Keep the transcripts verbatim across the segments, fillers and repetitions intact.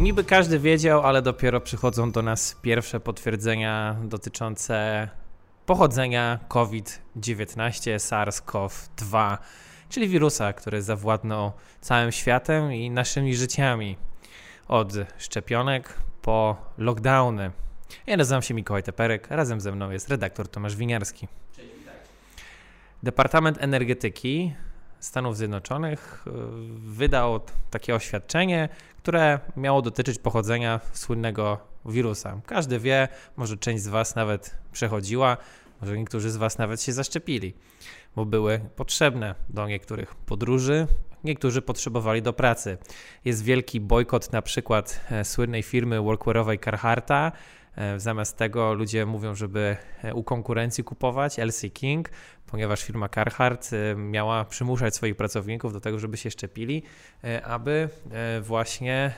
Niby każdy wiedział, ale dopiero przychodzą do nas pierwsze potwierdzenia dotyczące pochodzenia COVID dziewiętnaście, SARS-CoV dwa, czyli wirusa, który zawładnął całym światem i naszymi życiami. Od szczepionek po lockdowny. Ja nazywam się Mikołaj Teperek, razem ze mną jest redaktor Tomasz Winiarski. Cześć, witaj. Departament Energetyki Stanów Zjednoczonych wydał takie oświadczenie, które miało dotyczyć pochodzenia słynnego wirusa. Każdy wie, może część z Was nawet przechodziła, może niektórzy z Was nawet się zaszczepili, bo były potrzebne do niektórych podróży, niektórzy potrzebowali do pracy. Jest wielki bojkot na przykład słynnej firmy workwearowej Carhartta. Zamiast tego ludzie mówią, żeby u konkurencji kupować L C King, ponieważ firma Carhartt miała przymuszać swoich pracowników do tego, żeby się szczepili, aby właśnie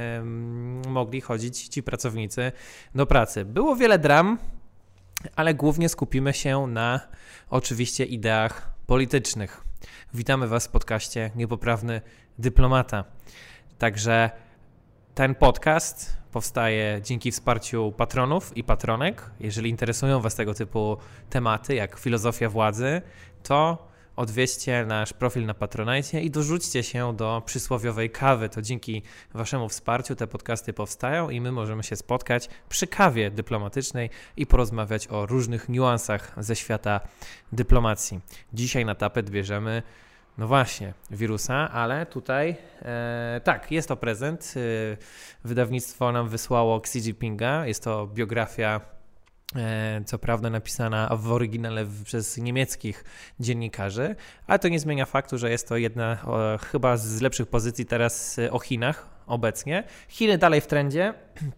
mogli chodzić ci pracownicy do pracy. Było wiele dram, ale głównie skupimy się na oczywiście ideach politycznych. Witamy Was w podcaście Niepoprawny Dyplomata. Także ten podcast powstaje dzięki wsparciu patronów i patronek. Jeżeli interesują Was tego typu tematy, jak filozofia władzy, to odwiedźcie nasz profil na Patronite i dorzućcie się do przysłowiowej kawy. To dzięki Waszemu wsparciu te podcasty powstają i my możemy się spotkać przy kawie dyplomatycznej i porozmawiać o różnych niuansach ze świata dyplomacji. Dzisiaj na tapet bierzemy No właśnie, wirusa, ale tutaj e, tak, jest to prezent. E, wydawnictwo nam wysłało Xi Jinpinga. Jest to biografia, e, co prawda napisana w oryginale przez niemieckich dziennikarzy, ale to nie zmienia faktu, że jest to jedna o, chyba z lepszych pozycji teraz o Chinach obecnie. Chiny dalej w trendzie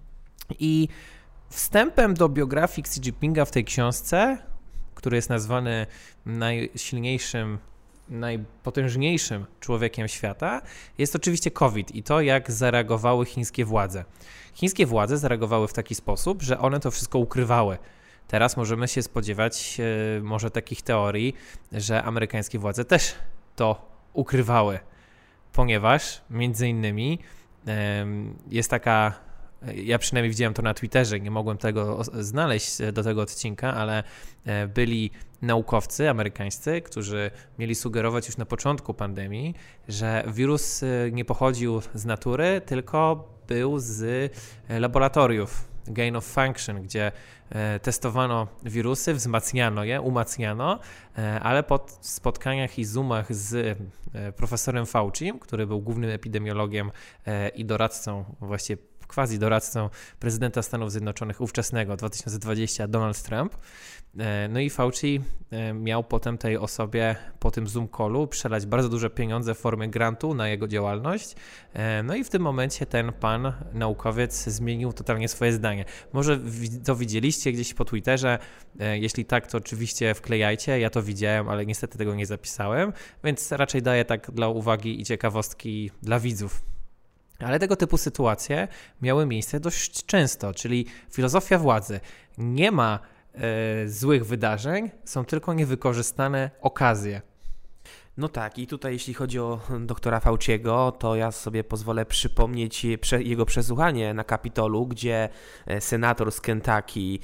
i wstępem do biografii Xi Jinpinga w tej książce, który jest nazwany najsilniejszym najpotężniejszym człowiekiem świata, jest oczywiście COVID i to, jak zareagowały chińskie władze. Chińskie władze zareagowały w taki sposób, że one to wszystko ukrywały. Teraz możemy się spodziewać e, może takich teorii, że amerykańskie władze też to ukrywały, ponieważ między innymi e, jest taka, ja przynajmniej widziałem to na Twitterze, nie mogłem tego znaleźć do tego odcinka, ale byli naukowcy amerykańscy, którzy mieli sugerować już na początku pandemii, że wirus nie pochodził z natury, tylko był z laboratoriów, gain of function, gdzie testowano wirusy, wzmacniano je, umacniano, ale po spotkaniach i zoomach z profesorem Fauci, który był głównym epidemiologiem i doradcą, właściwie quasi doradcą prezydenta Stanów Zjednoczonych ówczesnego, dwa tysiące dwudziestego, Donald Trump. No i Fauci miał potem tej osobie po tym Zoom callu przelać bardzo duże pieniądze w formie grantu na jego działalność. No i w tym momencie ten pan naukowiec zmienił totalnie swoje zdanie. Może to widzieliście gdzieś po Twitterze, jeśli tak, to oczywiście wklejajcie, ja to widziałem, ale niestety tego nie zapisałem, więc raczej daję tak dla uwagi i ciekawostki dla widzów. Ale tego typu sytuacje miały miejsce dość często, czyli filozofia władzy. Nie ma e, złych wydarzeń, są tylko niewykorzystane okazje. No tak, i tutaj jeśli chodzi o doktora Fauciego, to ja sobie pozwolę przypomnieć jego przesłuchanie na Kapitolu, gdzie senator z Kentucky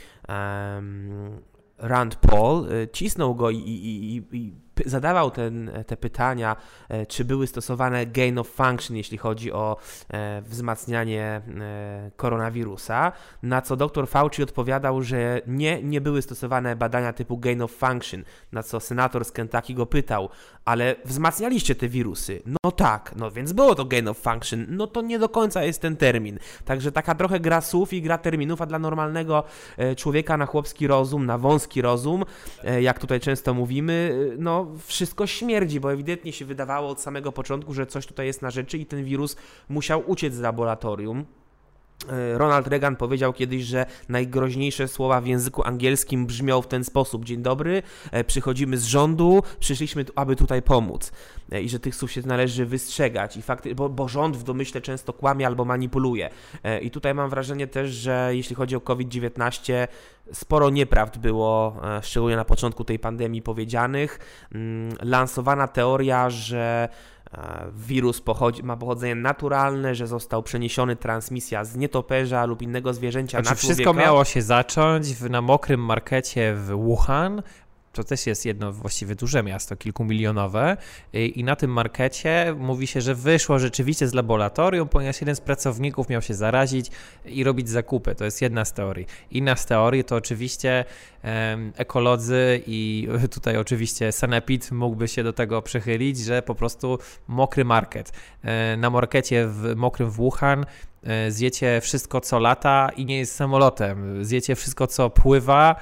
um, Rand Paul cisnął go i, i, i, i zadawał ten, te pytania, czy były stosowane gain of function, jeśli chodzi o e, wzmacnianie e, koronawirusa, na co dr Fauci odpowiadał, że nie, nie były stosowane badania typu gain of function, na co senator z Kentucky go pytał, ale wzmacnialiście te wirusy? No tak, no więc było to gain of function, no to nie do końca jest ten termin. Także taka trochę gra słów i gra terminów, a dla normalnego e, człowieka na chłopski rozum, na wąski rozum, e, jak tutaj często mówimy, no wszystko śmierdzi, bo ewidentnie się wydawało od samego początku, że coś tutaj jest na rzeczy i ten wirus musiał uciec z laboratorium. Ronald Reagan powiedział kiedyś, że najgroźniejsze słowa w języku angielskim brzmią w ten sposób: dzień dobry, przychodzimy z rządu, przyszliśmy, aby tutaj pomóc. I że tych słów się należy wystrzegać, i fakty, bo, bo rząd w domyśle często kłamie albo manipuluje. I tutaj mam wrażenie też, że jeśli chodzi o COVID dziewiętnaście, sporo nieprawd było, szczególnie na początku tej pandemii, powiedzianych. Lansowana teoria, że wirus pochodzi, ma pochodzenie naturalne, że został przeniesiony transmisja z nietoperza lub innego zwierzęcia znaczy, na człowieka. Wszystko miało się zacząć w, na mokrym markecie w Wuhan. To też jest jedno właściwie duże miasto, kilkumilionowe i, i na tym markecie mówi się, że wyszło rzeczywiście z laboratorium, ponieważ jeden z pracowników miał się zarazić i robić zakupy. To jest jedna z teorii. Inna z teorii to oczywiście um, ekolodzy i tutaj oczywiście Sanepid mógłby się do tego przychylić, że po prostu mokry market. E, na markecie w mokrym w Wuhan e, zjecie wszystko, co lata i nie jest samolotem. Zjecie wszystko, co pływa,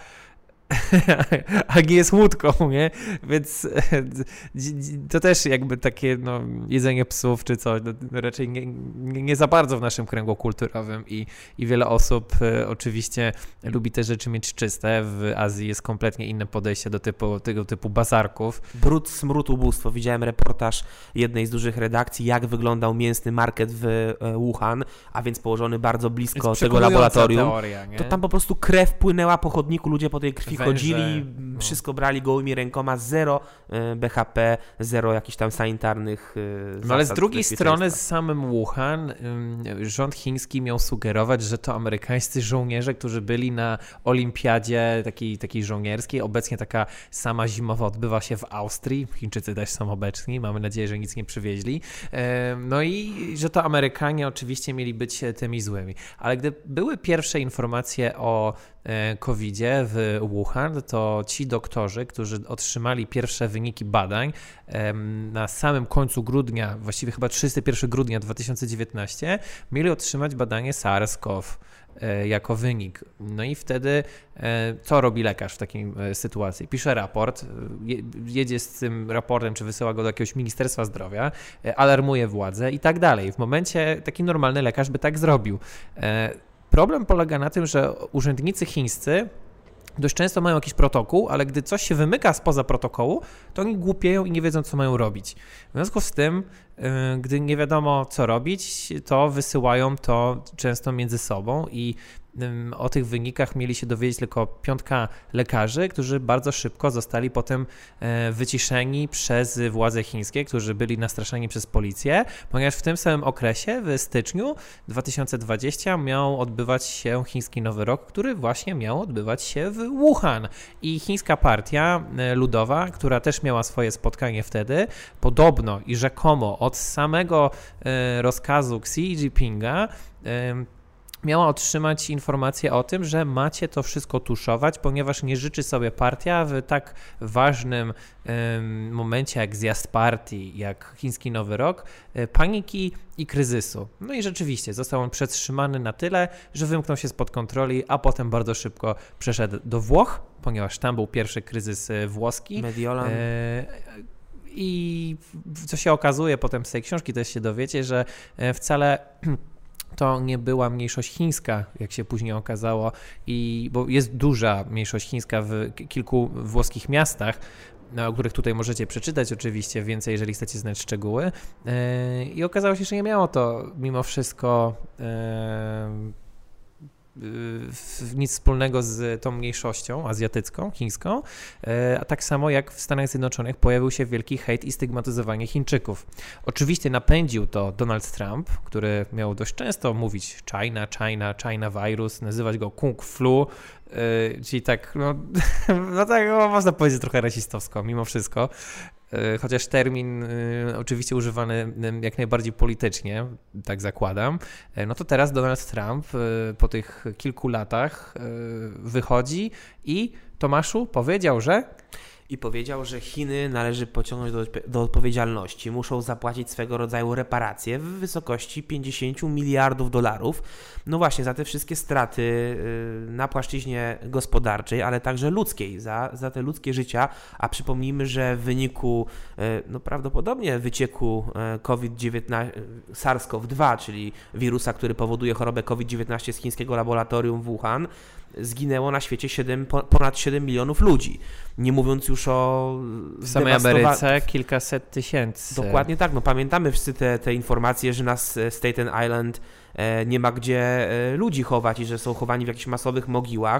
a nie jest łódką, nie? Więc to też jakby takie no, jedzenie psów czy coś, no, raczej nie, nie, nie za bardzo w naszym kręgu kulturowym i, i wiele osób e, oczywiście lubi te rzeczy mieć czyste. W Azji jest kompletnie inne podejście do typu, tego typu bazarków. Brud, smród, ubóstwo. Widziałem reportaż jednej z dużych redakcji, jak wyglądał mięsny market w Wuhan, a więc położony bardzo blisko tego laboratorium. Teoria, nie? To tam po prostu krew płynęła po chodniku, ludzie po tej krwi Węże, chodzili, no. wszystko brali gołymi rękoma, zero B H P, zero jakichś tam sanitarnych zasad. No ale z drugiej strony z samym Wuhan rząd chiński miał sugerować, że to amerykańscy żołnierze, którzy byli na olimpiadzie takiej, takiej żołnierskiej, obecnie taka sama zimowa odbywa się w Austrii, Chińczycy też są obecni, mamy nadzieję, że nic nie przywieźli, no i że to Amerykanie oczywiście mieli być tymi złymi, ale gdy były pierwsze informacje o kowidzie w Wuhan, to ci doktorzy, którzy otrzymali pierwsze wyniki badań na samym końcu grudnia, właściwie chyba trzydziestego pierwszego grudnia dwa tysiące dziewiętnastego, mieli otrzymać badanie SARS-CoV jako wynik. No i wtedy co robi lekarz w takiej sytuacji? Pisze raport, jedzie z tym raportem, czy wysyła go do jakiegoś Ministerstwa Zdrowia, alarmuje władze i tak dalej. W momencie taki normalny lekarz by tak zrobił. Problem polega na tym, że urzędnicy chińscy dość często mają jakiś protokół, ale gdy coś się wymyka spoza protokołu, to oni głupieją i nie wiedzą, co mają robić. W związku z tym, gdy nie wiadomo, co robić, to wysyłają to często między sobą i o tych wynikach mieli się dowiedzieć tylko piątka lekarzy, którzy bardzo szybko zostali potem wyciszeni przez władze chińskie, którzy byli nastraszani przez policję, ponieważ w tym samym okresie, w styczniu dwa tysiące dwudziestym miał odbywać się chiński Nowy Rok, który właśnie miał odbywać się w Wuhan. I chińska partia ludowa, która też miała swoje spotkanie wtedy, podobno i rzekomo od samego rozkazu Xi Jinpinga miała otrzymać informację o tym, że macie to wszystko tuszować, ponieważ nie życzy sobie partia w tak ważnym um, momencie jak zjazd partii, jak chiński Nowy Rok, paniki i kryzysu. No i rzeczywiście został on przetrzymany na tyle, że wymknął się spod kontroli, a potem bardzo szybko przeszedł do Włoch, ponieważ tam był pierwszy kryzys włoski. Mediolan. E- I co się okazuje potem z tej książki, też się dowiecie, że wcale to nie była mniejszość chińska, jak się później okazało, i bo jest duża mniejszość chińska w kilku włoskich miastach, o których tutaj możecie przeczytać oczywiście więcej, jeżeli chcecie znać szczegóły. I okazało się, że nie miało to mimo wszystko nic wspólnego z tą mniejszością azjatycką, chińską, a tak samo jak w Stanach Zjednoczonych pojawił się wielki hejt i stygmatyzowanie Chińczyków. Oczywiście napędził to Donald Trump, który miał dość często mówić China, China, China virus, nazywać go Kung Flu, yy, czyli tak, no, no tak no, można powiedzieć trochę rasistowsko mimo wszystko. Chociaż termin y, oczywiście używany jak najbardziej politycznie, tak zakładam, no to teraz Donald Trump y, po tych kilku latach y, wychodzi i Tomaszu powiedział, że... I powiedział, że Chiny należy pociągnąć do, do odpowiedzialności. Muszą zapłacić swego rodzaju reparacje w wysokości pięćdziesiąt miliardów dolarów. No właśnie, za te wszystkie straty yy, na płaszczyźnie gospodarczej, ale także ludzkiej, za, za te ludzkie życia. A przypomnijmy, że w wyniku yy, no prawdopodobnie wycieku yy, COVID dziewiętnaście, SARS-CoV dwa, czyli wirusa, który powoduje chorobę COVID dziewiętnaście z chińskiego laboratorium w Wuhan, zginęło na świecie siedem, ponad siedem milionów ludzi. Nie mówiąc już o... W samej Ameryce kilkaset tysięcy. Dokładnie tak. No pamiętamy wszyscy te, te informacje, że na Staten Island e, nie ma gdzie e, ludzi chować i że są chowani w jakichś masowych mogiłach.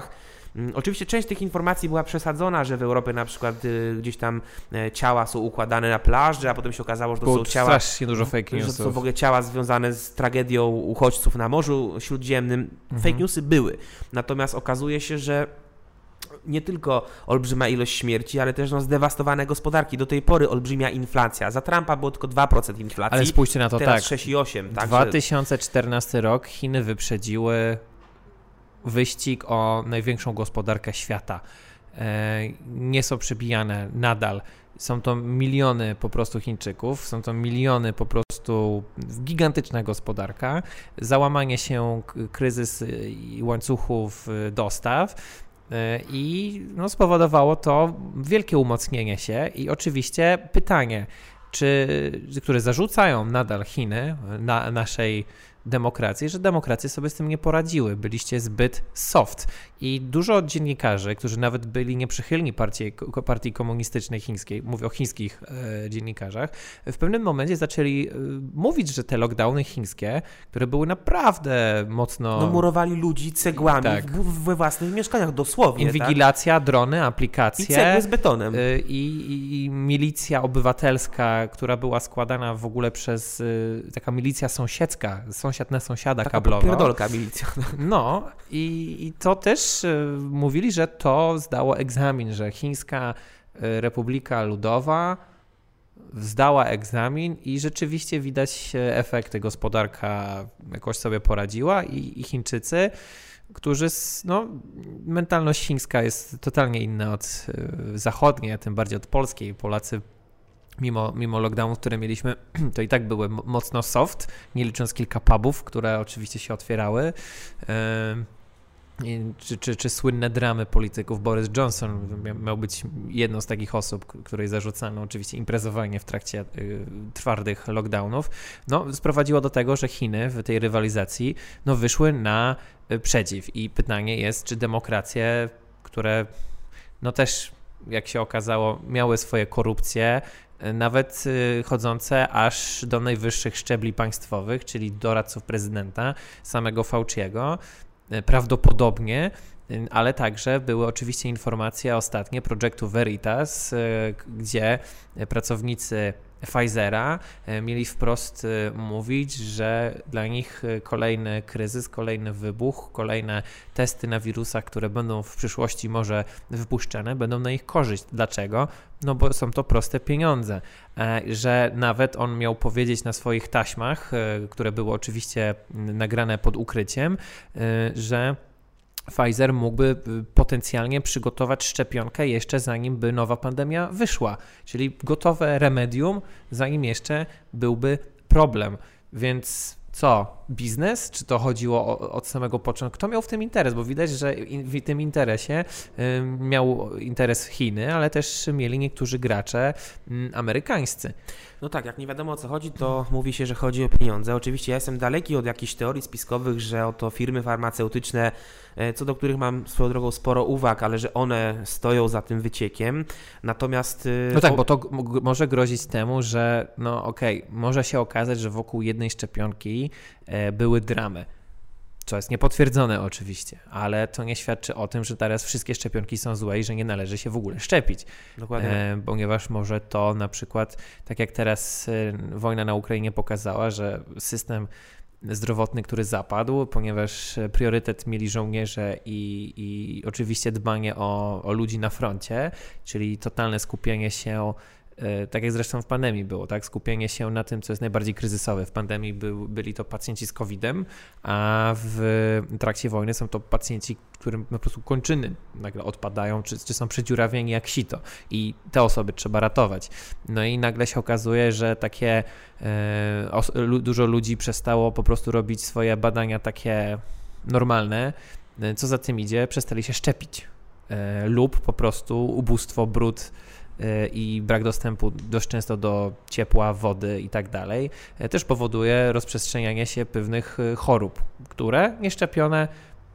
Oczywiście część tych informacji była przesadzona, że w Europie na przykład y, gdzieś tam y, ciała są układane na plaży, a potem się okazało, że to Było są ciała, strasznie dużo fake newsów. że to są w ogóle ciała związane z tragedią uchodźców na Morzu Śródziemnym. Mhm. Fake newsy były. Natomiast okazuje się, że nie tylko olbrzymia ilość śmierci, ale też no, zdewastowane gospodarki. Do tej pory olbrzymia inflacja. Za Trumpa było tylko dwa procent inflacji. Ale spójrzcie na to, teraz tak. sześć i osiem procent. dwa tysiące czternasty rok Chiny wyprzedziły wyścig o największą gospodarkę świata. E, nie są przebijane nadal. Są to miliony po prostu Chińczyków, są to miliony po prostu, gigantyczna gospodarka, załamanie się, kryzys i łańcuchów dostaw i no, spowodowało to wielkie umocnienie się i oczywiście pytanie, czy, które zarzucają nadal Chiny na naszej demokracji, że demokracje sobie z tym nie poradziły, byliście zbyt soft i dużo dziennikarzy, którzy nawet byli nieprzychylni partii, partii komunistycznej chińskiej, mówię o chińskich e, dziennikarzach, w pewnym momencie zaczęli e, mówić, że te lockdowny chińskie, które były naprawdę mocno... No murowali ludzi cegłami tak. w, we własnych mieszkaniach, dosłownie. Inwigilacja, tak? Drony, aplikacje. I cegły z betonem. E, i, i, I milicja obywatelska, która była składana w ogóle przez e, taka milicja sąsiedzka, sąsiad na sąsiada Taka kablowa. pierdolka milicja. No i, i to też y, mówili, że to zdało egzamin, że Chińska y, Republika Ludowa zdała egzamin i rzeczywiście widać efekty. Gospodarka jakoś sobie poradziła i, i Chińczycy, którzy, no, mentalność chińska jest totalnie inna od y, zachodniej, a tym bardziej od polskiej. Polacy Mimo, mimo lockdownów, które mieliśmy, to i tak były mocno soft, nie licząc kilka pubów, które oczywiście się otwierały. Yy, czy, czy, czy słynne dramy polityków. Boris Johnson miał być jedną z takich osób, której zarzucano oczywiście imprezowanie w trakcie yy, twardych lockdownów. No, sprowadziło do tego, że Chiny w tej rywalizacji no, wyszły na przeciw. I pytanie jest, czy demokracje, które no też, jak się okazało, miały swoje korupcje, nawet chodzące aż do najwyższych szczebli państwowych, czyli doradców prezydenta, samego Fauciego, prawdopodobnie, ale także były oczywiście informacje ostatnie Projektu Veritas, gdzie pracownicy Pfizera mieli wprost mówić, że dla nich kolejny kryzys, kolejny wybuch, kolejne testy na wirusach, które będą w przyszłości może wypuszczane, będą na ich korzyść. Dlaczego? No bo są to proste pieniądze, że nawet on miał powiedzieć na swoich taśmach, które były oczywiście nagrane pod ukryciem, że Pfizer mógłby potencjalnie przygotować szczepionkę jeszcze zanim by nowa pandemia wyszła, czyli gotowe remedium, zanim jeszcze byłby problem. Więc co? Biznes? Czy to chodziło o, od samego początku? Kto miał w tym interes? Bo widać, że in, w tym interesie y, miał interes Chiny, ale też mieli niektórzy gracze y, amerykańscy. No tak, jak nie wiadomo o co chodzi, to mówi się, że chodzi o pieniądze. Oczywiście ja jestem daleki od jakichś teorii spiskowych, że oto firmy farmaceutyczne, co do których mam swoją drogą sporo uwag, ale że one stoją za tym wyciekiem. Natomiast... No tak, o... bo to może grozić temu, że no okej, okay, może się okazać, że wokół jednej szczepionki e, były dramy. Co jest niepotwierdzone oczywiście, ale to nie świadczy o tym, że teraz wszystkie szczepionki są złe i że nie należy się w ogóle szczepić. Dokładnie. E, ponieważ może to na przykład, tak jak teraz e, wojna na Ukrainie pokazała, że system zdrowotny, który zapadł, ponieważ priorytet mieli żołnierze i, i oczywiście dbanie o, o ludzi na froncie, czyli totalne skupienie się, tak jak zresztą w pandemii było, tak? Skupienie się na tym, co jest najbardziej kryzysowe. W pandemii był, byli to pacjenci z kowidem, a w trakcie wojny są to pacjenci, którym po prostu kończyny nagle odpadają, czy, czy są przedziurawieni jak sito i te osoby trzeba ratować. No i nagle się okazuje, że takie e, os, dużo ludzi przestało po prostu robić swoje badania takie normalne. Co za tym idzie? Przestali się szczepić e, lub po prostu ubóstwo, brud i brak dostępu dość często do ciepła, wody i tak dalej, też powoduje rozprzestrzenianie się pewnych chorób, które nieszczepione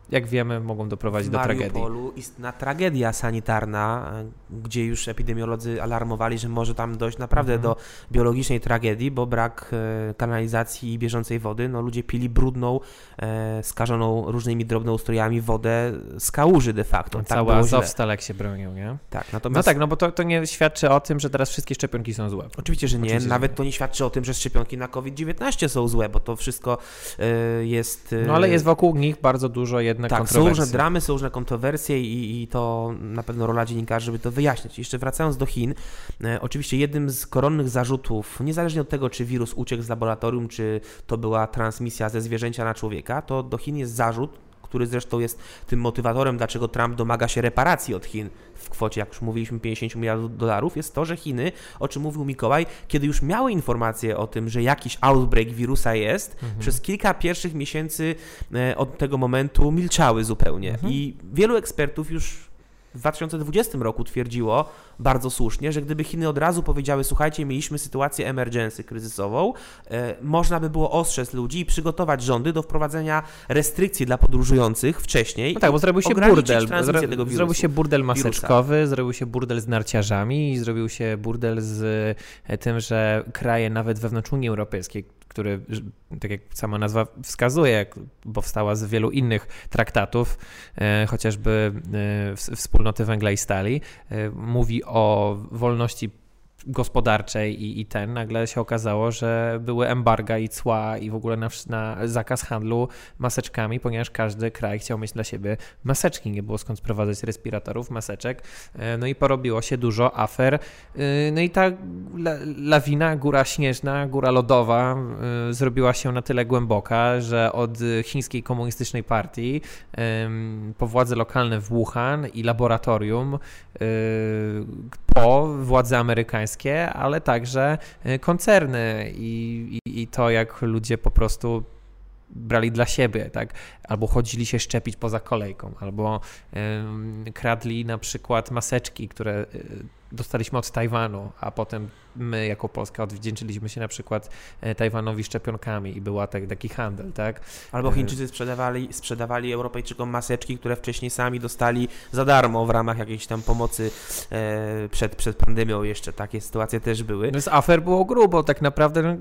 jak wiemy, mogą doprowadzić do tragedii. W Mariupolu istna tragedia sanitarna, gdzie już epidemiolodzy alarmowali, że może tam dojść naprawdę mhm. do biologicznej tragedii, bo brak e, kanalizacji i bieżącej wody. No, ludzie pili brudną, e, skażoną różnymi drobnoustrojami wodę z kałuży de facto. Tak Cały Azowstal jak się bronił, nie? Tak, natomiast... No tak, no bo to, to nie świadczy o tym, że teraz wszystkie szczepionki są złe. Oczywiście, że nie. Oczywiście, Nawet że nie. to nie świadczy o tym, że szczepionki na kowid dziewiętnaście są złe, bo to wszystko e, jest... E... No ale jest wokół nich bardzo dużo jednak tak, kontrowersji. Są różne dramy, są różne kontrowersje i, i to na pewno rola dziennikarzy, żeby to wyjaśnić. Jeszcze wracając do Chin, e, oczywiście jednym z koronnych zarzutów, niezależnie od tego, czy wirus uciekł z laboratorium, czy to była transmisja ze zwierzęcia na człowieka, to do Chin jest zarzut, który zresztą jest tym motywatorem, dlaczego Trump domaga się reparacji od Chin w kwocie, jak już mówiliśmy, pięćdziesiąt miliardów dolarów, jest to, że Chiny, o czym mówił Mikołaj, kiedy już miały informacje o tym, że jakiś outbreak wirusa jest, mhm. przez kilka pierwszych miesięcy od tego momentu milczały zupełnie. Mhm. I wielu ekspertów już w dwa tysiące dwudziestym roku twierdziło bardzo słusznie, że gdyby Chiny od razu powiedziały, słuchajcie, mieliśmy sytuację emergency, kryzysową, e, można by było ostrzec ludzi i przygotować rządy do wprowadzenia restrykcji dla podróżujących wcześniej. No tak, bo zrobił się burdel. Zro, zrobił się burdel maseczkowy, wirusa. Zrobił się burdel z narciarzami, zrobił się burdel z tym, że kraje nawet wewnątrz Unii Europejskiej, który, tak jak sama nazwa wskazuje, powstała z wielu innych traktatów, e, chociażby e, Wspólnoty Węgla i Stali, e, mówi o wolności gospodarczej i, i ten, nagle się okazało, że były embarga i cła i w ogóle na, na zakaz handlu maseczkami, ponieważ każdy kraj chciał mieć dla siebie maseczki, nie było skąd sprowadzać respiratorów, maseczek, no i porobiło się dużo afer, no i ta la, lawina, góra śnieżna, góra lodowa zrobiła się na tyle głęboka, że od chińskiej komunistycznej partii po władze lokalne w Wuhan i laboratorium po władze amerykańskie, ale także koncerny i, i, i to, jak ludzie po prostu brali dla siebie, tak? Albo chodzili się szczepić poza kolejką, albo y, kradli na przykład maseczki, które y, dostaliśmy od Tajwanu, a potem my jako Polska odwdzięczyliśmy się na przykład Tajwanowi szczepionkami i był taki handel, tak? Albo Chińczycy sprzedawali, sprzedawali Europejczykom maseczki, które wcześniej sami dostali za darmo w ramach jakiejś tam pomocy e, przed, przed pandemią jeszcze. Takie sytuacje też były. No z afer było grubo, tak naprawdę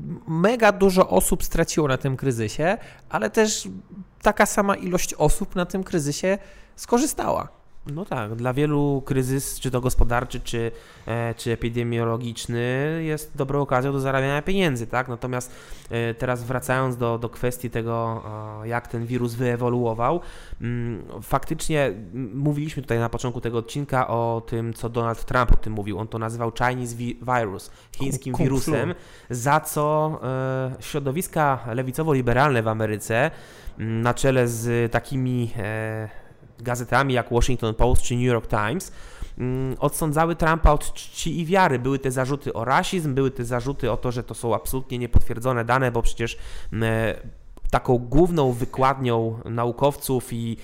mega dużo osób straciło na tym kryzysie, ale też taka sama ilość osób na tym kryzysie skorzystała. No tak, dla wielu kryzys, czy to gospodarczy, czy, e, czy epidemiologiczny, jest dobrą okazją do zarabiania pieniędzy, tak? Natomiast e, teraz wracając do, do kwestii tego, e, jak ten wirus wyewoluował, m, faktycznie m, mówiliśmy tutaj na początku tego odcinka o tym, co Donald Trump o tym mówił. On to nazywał Chinese virus, chińskim Kung wirusem, za co e, środowiska lewicowo-liberalne w Ameryce, m, na czele z takimi e, gazetami jak Washington Post czy New York Times, mm, odsądzały Trumpa od czci i wiary. Były te zarzuty o rasizm, były te zarzuty o to, że to są absolutnie niepotwierdzone dane, bo przecież mm, taką główną wykładnią naukowców i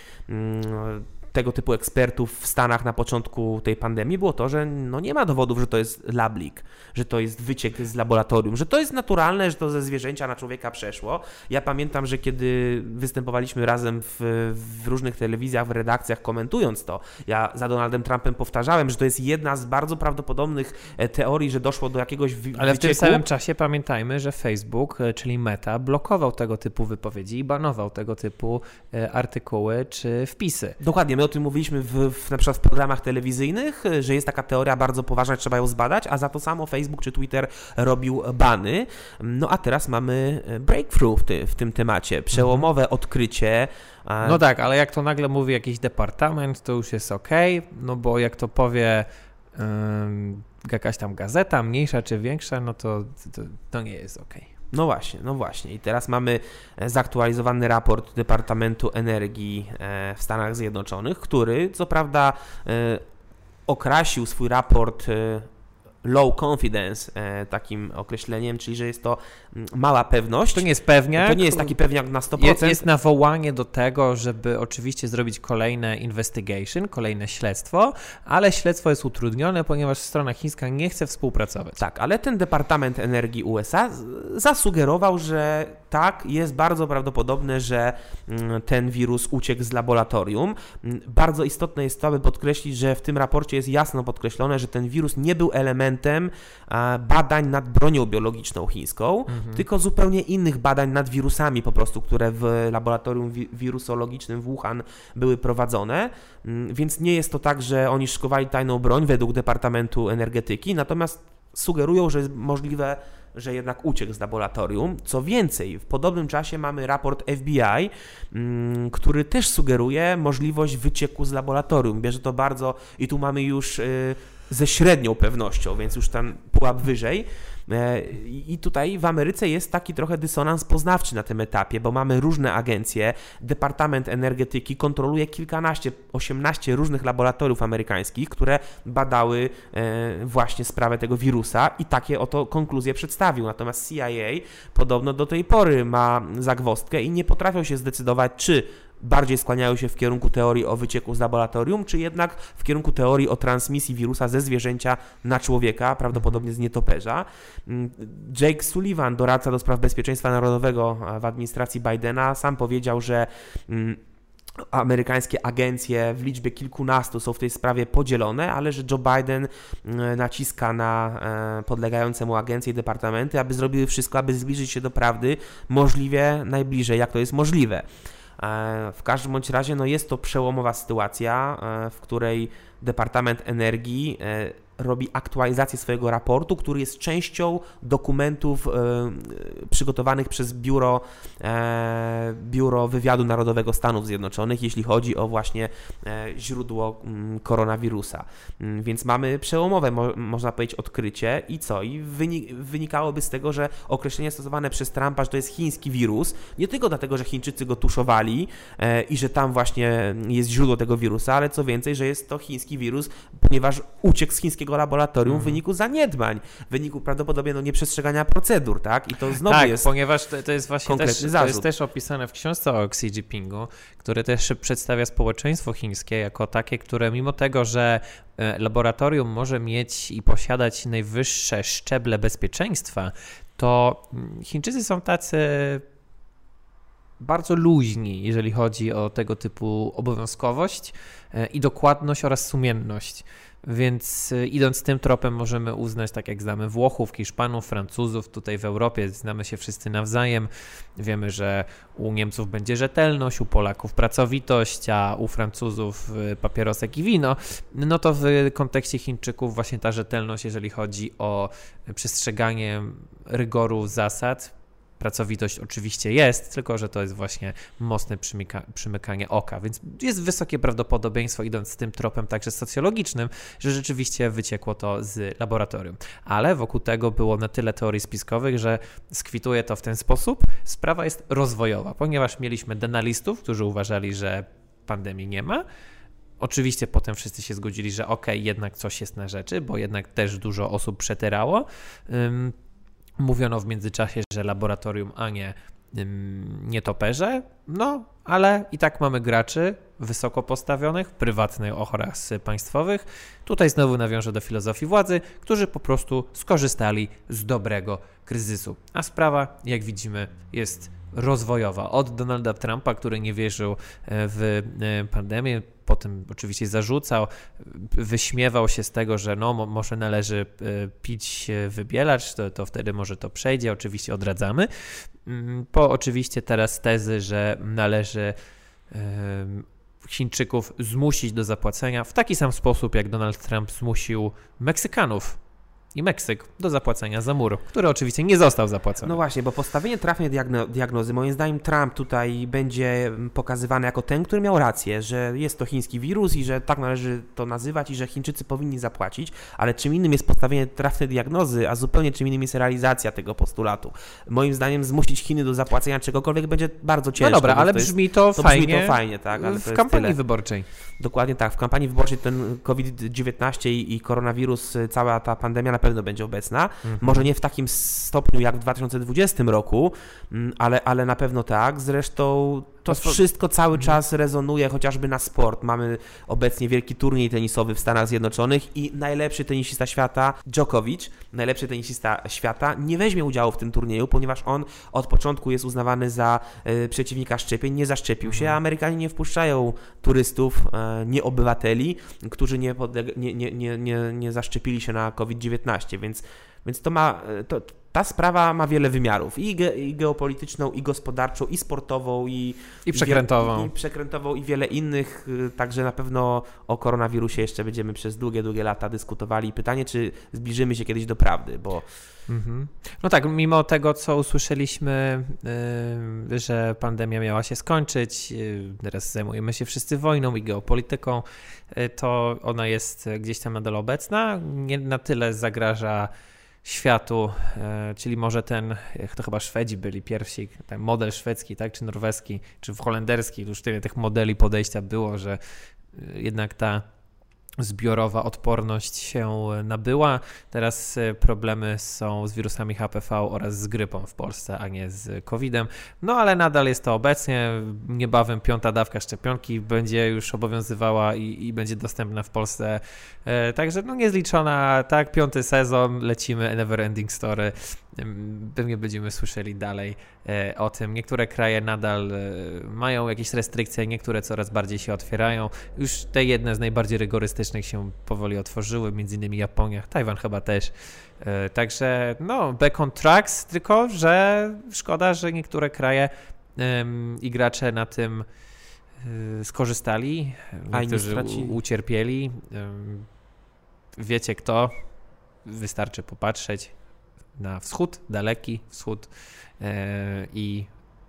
mm, tego typu ekspertów w Stanach na początku tej pandemii było to, że no nie ma dowodów, że to jest lab leak, że to jest wyciek z laboratorium, że to jest naturalne, że to ze zwierzęcia na człowieka przeszło. Ja pamiętam, że kiedy występowaliśmy razem w, w różnych telewizjach, w redakcjach komentując to, ja za Donaldem Trumpem powtarzałem, że to jest jedna z bardzo prawdopodobnych teorii, że doszło do jakiegoś wy- Ale wycieku. w tym samym czasie pamiętajmy, że Facebook, czyli Meta, blokował tego typu wypowiedzi i banował tego typu artykuły czy wpisy. Dokładnie, my o tym mówiliśmy w, w, na przykład w programach telewizyjnych, że jest taka teoria bardzo poważna, trzeba ją zbadać, a za to samo Facebook czy Twitter robił bany. No a teraz mamy breakthrough w, ty, w tym temacie, przełomowe mhm. odkrycie. No tak, ale jak to nagle mówi jakiś departament, to już jest okej, okay, no bo jak to powie um, jakaś tam gazeta, mniejsza czy większa, no to, to, to nie jest okej. Okay. No właśnie, no właśnie. I teraz mamy zaktualizowany raport Departamentu Energii w Stanach Zjednoczonych, który co prawda okrasił swój raport low confidence, e, takim określeniem, czyli że jest to mała pewność. To nie jest pewniak. To nie jest taki pewniak na sto procent. Jest, jest nawołanie do tego, żeby oczywiście zrobić kolejne investigation, kolejne śledztwo, ale śledztwo jest utrudnione, ponieważ strona chińska nie chce współpracować. Tak, ale ten Departament Energii U S A zasugerował, że tak, jest bardzo prawdopodobne, że ten wirus uciekł z laboratorium. Bardzo istotne jest to, aby podkreślić, że w tym raporcie jest jasno podkreślone, że ten wirus nie był elementem badań nad bronią biologiczną chińską, mhm. tylko zupełnie innych badań nad wirusami po prostu, które w laboratorium wi- wirusologicznym w Wuhan były prowadzone, więc nie jest to tak, że oni szykowali tajną broń według Departamentu Energetyki, natomiast sugerują, że jest możliwe, że jednak uciekł z laboratorium. Co więcej, w podobnym czasie mamy raport F B I, mm, który też sugeruje możliwość wycieku z laboratorium. Bierze to bardzo, i tu mamy już y, ze średnią pewnością, więc już ten pułap wyżej. I tutaj w Ameryce jest taki trochę dysonans poznawczy na tym etapie, bo mamy różne agencje, Departament Energetyki kontroluje kilkanaście, osiemnaście różnych laboratoriów amerykańskich, które badały właśnie sprawę tego wirusa i takie oto konkluzje przedstawił. Natomiast C I A podobno do tej pory ma zagwozdkę i nie potrafią się zdecydować, czy bardziej skłaniają się w kierunku teorii o wycieku z laboratorium, czy jednak w kierunku teorii o transmisji wirusa ze zwierzęcia na człowieka, prawdopodobnie z nietoperza. Jake Sullivan, doradca do spraw bezpieczeństwa narodowego w administracji Bidena, sam powiedział, że amerykańskie agencje w liczbie kilkunastu są w tej sprawie podzielone, ale że Joe Biden naciska na podlegające mu agencje i departamenty, aby zrobiły wszystko, aby zbliżyć się do prawdy możliwie najbliżej, jak to jest możliwe. W każdym bądź razie no jest to przełomowa sytuacja, w której Departament Energii robi aktualizację swojego raportu, który jest częścią dokumentów e, przygotowanych przez Biuro, e, Biuro Wywiadu Narodowego Stanów Zjednoczonych, jeśli chodzi o właśnie e, źródło m, koronawirusa. M, więc mamy przełomowe, mo, można powiedzieć, odkrycie i co? I wynik, wynikałoby z tego, że określenie stosowane przez Trumpa, że to jest chiński wirus, nie tylko dlatego, że Chińczycy go tuszowali e, i że tam właśnie jest źródło tego wirusa, ale co więcej, że jest to chiński wirus, ponieważ uciekł z chińskiego laboratorium mhm. w wyniku zaniedbań, w wyniku prawdopodobnie no, nieprzestrzegania procedur, tak? I to znowu tak, jest ponieważ to, to jest właśnie też, zarzut. To jest też opisane w książce o Xi Jinpingu, który też przedstawia społeczeństwo chińskie jako takie, które mimo tego, że laboratorium może mieć i posiadać najwyższe szczeble bezpieczeństwa, to Chińczycy są tacy bardzo luźni, jeżeli chodzi o tego typu obowiązkowość i dokładność oraz sumienność. Więc idąc tym tropem możemy uznać, tak jak znamy Włochów, Hiszpanów, Francuzów, tutaj w Europie znamy się wszyscy nawzajem. Wiemy, że u Niemców będzie rzetelność, u Polaków pracowitość, a u Francuzów papierosek i wino. No to w kontekście Chińczyków właśnie ta rzetelność, jeżeli chodzi o przestrzeganie rygoru zasad. Pracowitość oczywiście jest, tylko że to jest właśnie mocne przymyka, przymykanie oka, więc jest wysokie prawdopodobieństwo, idąc z tym tropem także socjologicznym, że rzeczywiście wyciekło to z laboratorium. Ale wokół tego było na tyle teorii spiskowych, że skwituje to w ten sposób. Sprawa jest rozwojowa, ponieważ mieliśmy denalistów, którzy uważali, że pandemii nie ma. Oczywiście potem wszyscy się zgodzili, że okej, okay, jednak coś jest na rzeczy, bo jednak też dużo osób przetyrało. Um, Mówiono w międzyczasie, że laboratorium, a nie ym, nietoperze, no ale i tak mamy graczy wysoko postawionych, prywatnych oraz państwowych. Tutaj znowu nawiążę do filozofii władzy, którzy po prostu skorzystali z dobrego kryzysu. A sprawa, jak widzimy, jest rozwojowa. Od Donalda Trumpa, który nie wierzył w pandemię, potem oczywiście zarzucał, wyśmiewał się z tego, że no może należy pić wybielacz, to, to wtedy może to przejdzie, oczywiście odradzamy. Po oczywiście teraz tezy, że należy Chińczyków zmusić do zapłacenia w taki sam sposób, jak Donald Trump zmusił Meksykanów i Meksyk do zapłacenia za mur, który oczywiście nie został zapłacony. No właśnie, bo postawienie trafnej diagno- diagnozy, moim zdaniem Trump tutaj będzie pokazywany jako ten, który miał rację, że jest to chiński wirus i że tak należy to nazywać i że Chińczycy powinni zapłacić, ale czym innym jest postawienie trafnej diagnozy, a zupełnie czym innym jest realizacja tego postulatu. Moim zdaniem zmusić Chiny do zapłacenia czegokolwiek będzie bardzo ciężko. No dobra, ale to brzmi to, to fajnie, brzmi to fajnie, tak, ale w kampanii tyle. wyborczej. Dokładnie tak, w kampanii wyborczej ten COVID dziewiętnaście i, i koronawirus, cała ta pandemia na pewno będzie obecna. Mhm. Może nie w takim stopniu jak w dwa tysiące dwudziestym roku, ale, ale na pewno tak. Zresztą to wszystko cały mhm. czas rezonuje chociażby na sport. Mamy obecnie wielki turniej tenisowy w Stanach Zjednoczonych i najlepszy tenisista świata, Djokovic, najlepszy tenisista świata, nie weźmie udziału w tym turnieju, ponieważ on od początku jest uznawany za y, przeciwnika szczepień, nie zaszczepił się, a Amerykanie nie wpuszczają turystów, y, nieobywateli, którzy nie, podlega- nie, nie, nie, nie, nie zaszczepili się na COVID dziewiętnaście, więc, więc to ma... To, ta sprawa ma wiele wymiarów, i, ge, i geopolityczną, i gospodarczą, i sportową, i, I przekrętową. I, i przekrętową, i wiele innych, także na pewno o koronawirusie jeszcze będziemy przez długie, długie lata dyskutowali. Pytanie, czy zbliżymy się kiedyś do prawdy, bo... Mhm. No tak, mimo tego, co usłyszeliśmy, yy, że pandemia miała się skończyć, yy, teraz zajmujemy się wszyscy wojną i geopolityką, yy, to ona jest gdzieś tam nadal obecna, nie na tyle zagraża światu, e, czyli może ten, to chyba Szwedzi byli pierwsi, ten model szwedzki, tak, czy norweski, czy holenderski, już tyle tych modeli podejścia było, że jednak ta zbiorowa odporność się nabyła. Teraz problemy są z wirusami H P V oraz z grypą w Polsce, a nie z kowidem. No ale nadal jest to obecnie. Niebawem piąta dawka szczepionki będzie już obowiązywała i, i będzie dostępna w Polsce. E, także no niezliczona, tak, piąty sezon, lecimy, Never Ending Story. Pewnie będziemy słyszeli dalej e, o tym. Niektóre kraje nadal e, mają jakieś restrykcje, niektóre coraz bardziej się otwierają. Już te jedne z najbardziej rygorystycznych się powoli otworzyły, między innymi Japonia, Tajwan chyba też. E, także no, back on tracks, tylko że szkoda, że niektóre kraje e, i gracze na tym e, skorzystali, a niektórzy u, ucierpieli. E, wiecie kto? Wystarczy popatrzeć na wschód, daleki wschód yy, i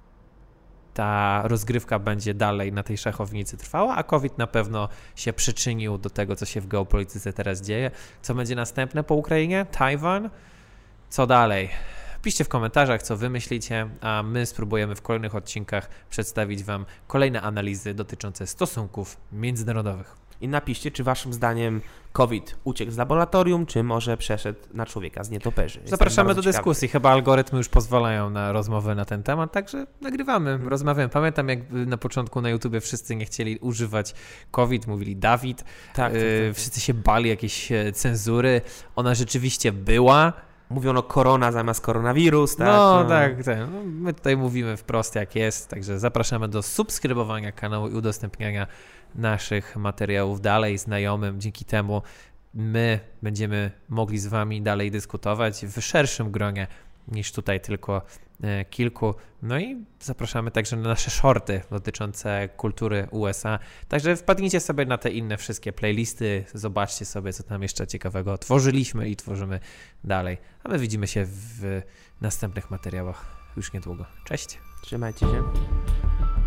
ta rozgrywka będzie dalej na tej szachownicy trwała, a COVID na pewno się przyczynił do tego, co się w geopolityce teraz dzieje. Co będzie następne po Ukrainie? Tajwan? Co dalej? Piszcie w komentarzach, co wy myślicie, a my spróbujemy w kolejnych odcinkach przedstawić wam kolejne analizy dotyczące stosunków międzynarodowych. I napiszcie, czy waszym zdaniem COVID uciekł z laboratorium, czy może przeszedł na człowieka z nietoperzy. Jestem Zapraszamy do ciekawy. dyskusji. Chyba algorytmy już pozwalają na rozmowę na ten temat, także nagrywamy, hmm. rozmawiamy. Pamiętam, jak na początku na YouTubie wszyscy nie chcieli używać COVID, mówili Dawid. Tak, tak, tak, tak. Wszyscy się bali jakiejś cenzury. Ona rzeczywiście była. Mówiono korona zamiast koronawirus, tak? No, no. tak, tak. No, my tutaj mówimy wprost jak jest, także zapraszamy do subskrybowania kanału i udostępniania naszych materiałów dalej znajomym. Dzięki temu my będziemy mogli z wami dalej dyskutować w szerszym gronie niż tutaj tylko e, kilku. No i zapraszamy także na nasze shorty dotyczące kultury U S A. Także wpadnijcie sobie na te inne wszystkie playlisty, zobaczcie sobie, co tam jeszcze ciekawego tworzyliśmy i tworzymy dalej. A my widzimy się w następnych materiałach już niedługo. Cześć! Trzymajcie się.